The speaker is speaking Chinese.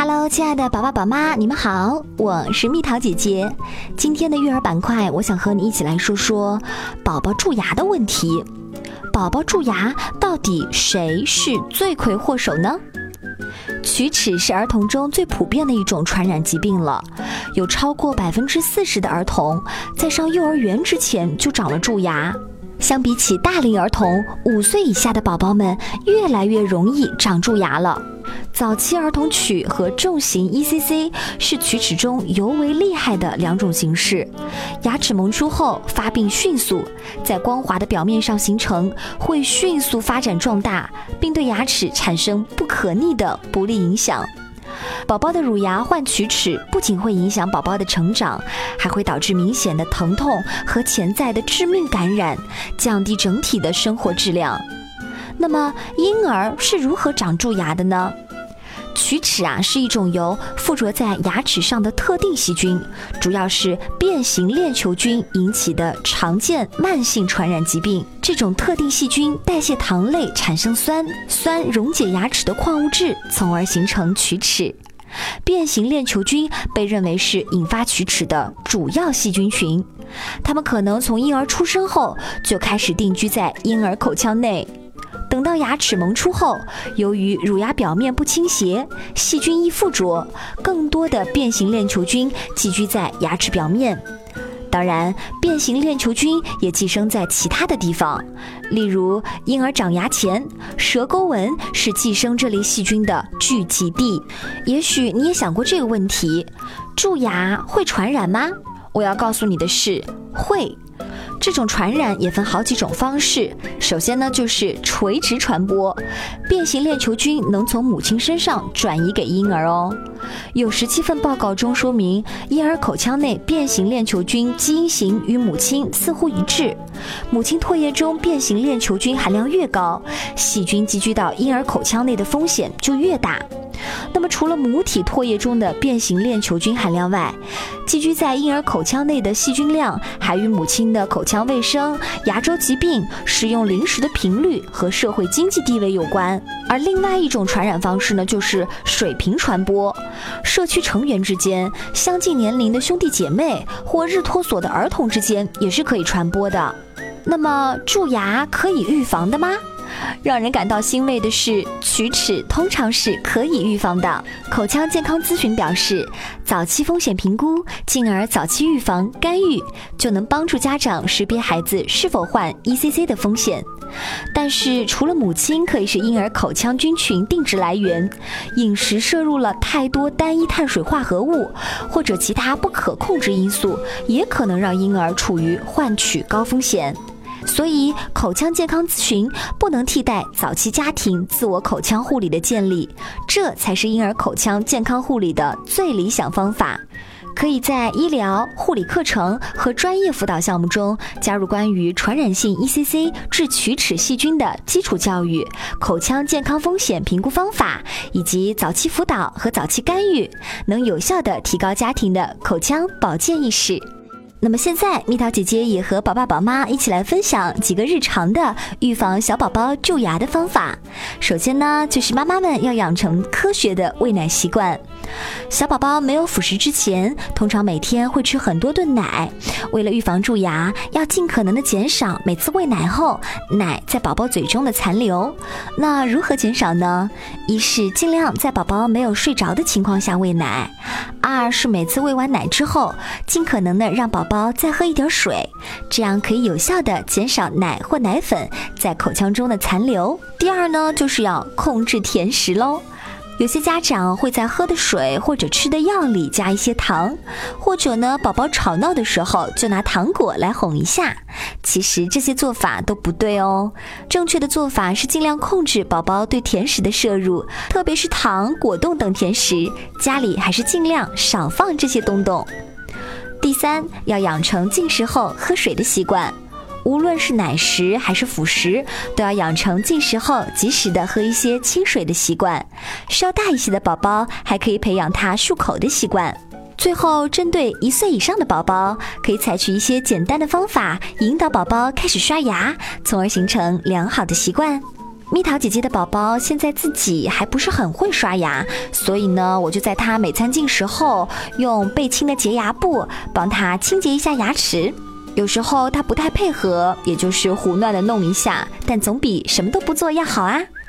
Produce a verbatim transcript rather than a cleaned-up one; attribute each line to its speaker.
Speaker 1: Hello， 亲爱的宝宝宝妈，你们好，我是蜜桃姐姐。今天的育儿板块，我想和你一起来说说宝宝蛀牙的问题。宝宝蛀牙，到底谁是罪魁祸首呢？龋齿是儿童中最普遍的一种传染疾病了，有超过百分之四十的儿童在上幼儿园之前就长了蛀牙。相比起大龄儿童，五岁以下的宝宝们越来越容易长蛀牙了。早期儿童龋和重型 E C C 是龋齿中尤为厉害的两种形式。牙齿萌出后发病迅速，在光滑的表面上形成，会迅速发展壮大，并对牙齿产生不可逆的不利影响。宝宝的乳牙患龋齿不仅会影响宝宝的成长，还会导致明显的疼痛和潜在的致命感染，降低整体的生活质量。那么婴儿是如何长蛀牙的呢？龋齿啊是一种由附着在牙齿上的特定细菌，主要是变形链球菌引起的常见慢性传染疾病。这种特定细菌代谢糖类产生酸，酸溶解牙齿的矿物质，从而形成龋齿。变形链球菌被认为是引发龋齿的主要细菌群，它们可能从婴儿出生后就开始定居在婴儿口腔内。等到牙齿萌出后，由于乳牙表面不倾斜，细菌易附着，更多的变形链球菌寄居在牙齿表面。当然，变形链球菌也寄生在其他的地方，例如婴儿长牙前，舌沟纹是寄生这类细菌的聚集地。也许你也想过这个问题，蛀牙会传染吗？我要告诉你的是，会。这种传染也分好几种方式，首先呢就是垂直传播，变形链球菌能从母亲身上转移给婴儿哦。有十七份报告中说明，婴儿口腔内变形链球菌基因型与母亲似乎一致，母亲唾液中变形链球菌含量越高，细菌寄居到婴儿口腔内的风险就越大。那么除了母体唾液中的变形链球菌含量外，寄居在婴儿口腔内的细菌量还与母亲的口腔卫生、牙周疾病、食用零食的频率和社会经济地位有关。而另外一种传染方式呢，就是水平传播，社区成员之间、相近年龄的兄弟姐妹或日托所的儿童之间也是可以传播的。那么蛀牙可以预防的吗？让人感到欣慰的是，龋齿通常是可以预防的。口腔健康咨询表示，早期风险评估，进而早期预防干预，就能帮助家长识别孩子是否患 E C C 的风险。但是除了母亲可以是婴儿口腔菌群定植来源，饮食摄入了太多单一碳水化合物或者其他不可控制因素，也可能让婴儿处于患龋高风险。所以口腔健康咨询不能替代早期家庭自我口腔护理的建立，这才是婴儿口腔健康护理的最理想方法。可以在医疗护理课程和专业辅导项目中加入关于传染性 E C C 致龋齿细菌的基础教育、口腔健康风险评估方法以及早期辅导和早期干预，能有效地提高家庭的口腔保健意识。那么现在蜜桃姐姐也和宝爸宝妈一起来分享几个日常的预防小宝宝蛀牙的方法。首先呢，就是妈妈们要养成科学的喂奶习惯。小宝宝没有辅食之前，通常每天会吃很多顿奶，为了预防蛀牙，要尽可能的减少每次喂奶后奶在宝宝嘴中的残留。那如何减少呢？一是尽量在宝宝没有睡着的情况下喂奶，二是每次喂完奶之后，尽可能的让宝宝再喝一点水，这样可以有效的减少奶或奶粉在口腔中的残留。第二呢，就是要控制甜食咯。有些家长会在喝的水或者吃的药里加一些糖，或者呢，宝宝吵闹的时候就拿糖果来哄一下。其实这些做法都不对哦。正确的做法是尽量控制宝宝对甜食的摄入，特别是糖、果冻等甜食，家里还是尽量少放这些东东。第三，要养成进食后喝水的习惯。无论是奶食还是辅食，都要养成进食后及时的喝一些清水的习惯。稍大一些的宝宝还可以培养他漱口的习惯。最后，针对一岁以上的宝宝，可以采取一些简单的方法，引导宝宝开始刷牙，从而形成良好的习惯。 蜜桃姐姐的宝宝现在自己还不是很会刷牙，所以呢，我就在她每餐进食后，用倍清的洁牙布帮她清洁一下牙齿。有时候她不太配合，也就是胡乱的弄一下，但总比什么都不做要好啊。